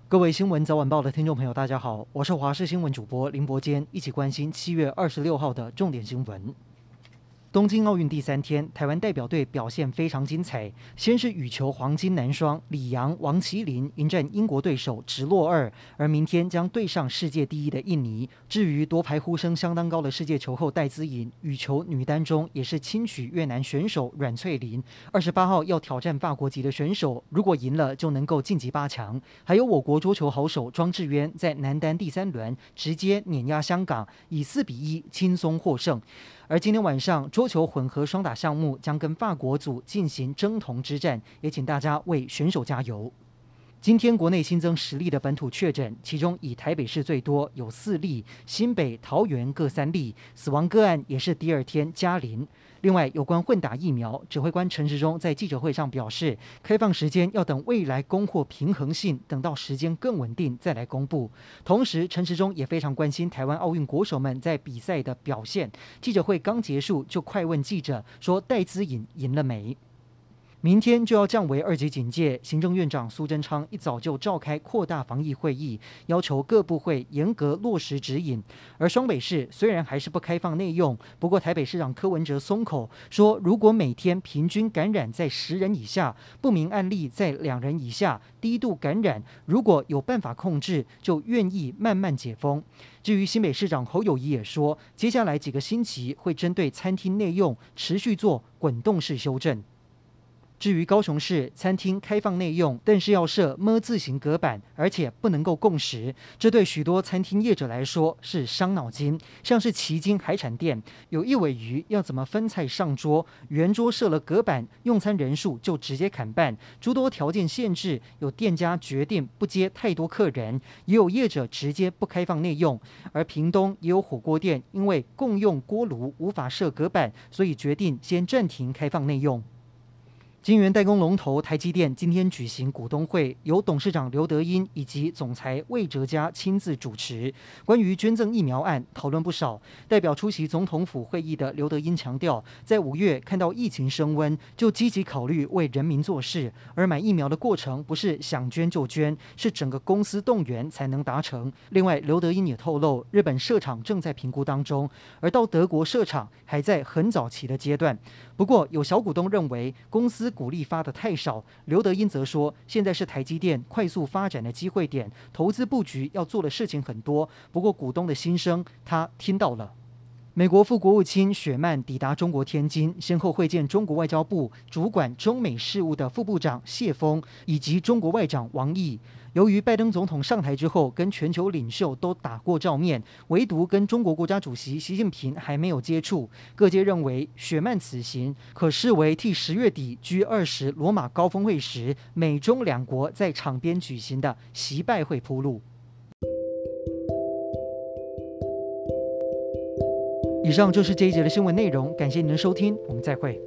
各位新闻早晚报的听众朋友，大家好，我是华视新闻主播林伯坚，一起关心7月26号的重点新闻。东京奥运第3天，台湾代表队表现非常精彩。先是羽球黄金男双李洋、王麒麟迎战英国对手直落2，而明天将对上世界第1的印尼。至于夺牌呼声相当高的世界球后戴资颖，羽球女单中也是轻取越南选手阮翠玲。28号要挑战法国籍的选手，如果赢了就能够晋级8强。还有我国桌球好手庄智渊在男单第3轮直接碾压香港，以4-1轻松获胜。而今天晚上，桌球混合双打项目将跟法国组进行争铜之战，也请大家为选手加油。今天国内新增10例的本土确诊，其中以台北市最多，有4例，新北、桃园各3例，死亡个案也是第2天加0。另外，有关混打疫苗，指挥官陈时中在记者会上表示，开放时间要等未来供货平衡性，等到时间更稳定再来公布。同时，陈时中也非常关心台湾奥运国手们在比赛的表现。记者会刚结束，就快问记者说：“戴资颖赢了没？”明天就要降为2级警戒，行政院长苏贞昌一早就召开扩大防疫会议，要求各部会严格落实指引。而双北市虽然还是不开放内用，不过台北市长柯文哲松口说，如果每天平均感染在10人以下，不明案例在2人以下，低度感染如果有办法控制，就愿意慢慢解封。至于新北市长侯友宜也说，接下来几个星期会针对餐厅内用持续做滚动式修正。至于高雄市餐厅开放内用，但是要设 ”M” 字形隔板，而且不能够共食，这对许多餐厅业者来说是伤脑筋。像是旗津海产店，有一尾鱼要怎么分菜上桌，圆桌设了隔板，用餐人数就直接砍半，诸多条件限制，有店家决定不接太多客人，也有业者直接不开放内用。而屏东也有火锅店，因为共用锅炉无法设隔板，所以决定先暂停开放内用。晶圆代工龙头台积电今天举行股东会，由董事长刘德音以及总裁魏哲嘉亲自主持。关于捐赠疫苗案讨论不少，代表出席总统府会议的刘德音强调，在5月看到疫情升温，就积极考虑为人民做事，而买疫苗的过程不是想捐就捐，是整个公司动员才能达成。另外，刘德音也透露，日本设厂正在评估当中，而到德国设厂还在很早期的阶段。不过，有小股东认为公司股利发得太少，刘德音则说，现在是台积电快速发展的机会点，投资布局要做的事情很多，不过股东的心声他听到了。美国副国务卿雪曼抵达中国天津，先后会见中国外交部主管中美事务的副部长谢峰以及中国外长王毅。由于拜登总统上台之后跟全球领袖都打过照面，唯独跟中国国家主席习近平还没有接触，各界认为雪曼此行可视为替10月底 G20 罗马高峰会时美中2国在场边举行的习拜会铺路。以上就是这一节的新闻内容，感谢您的收听，我们再会。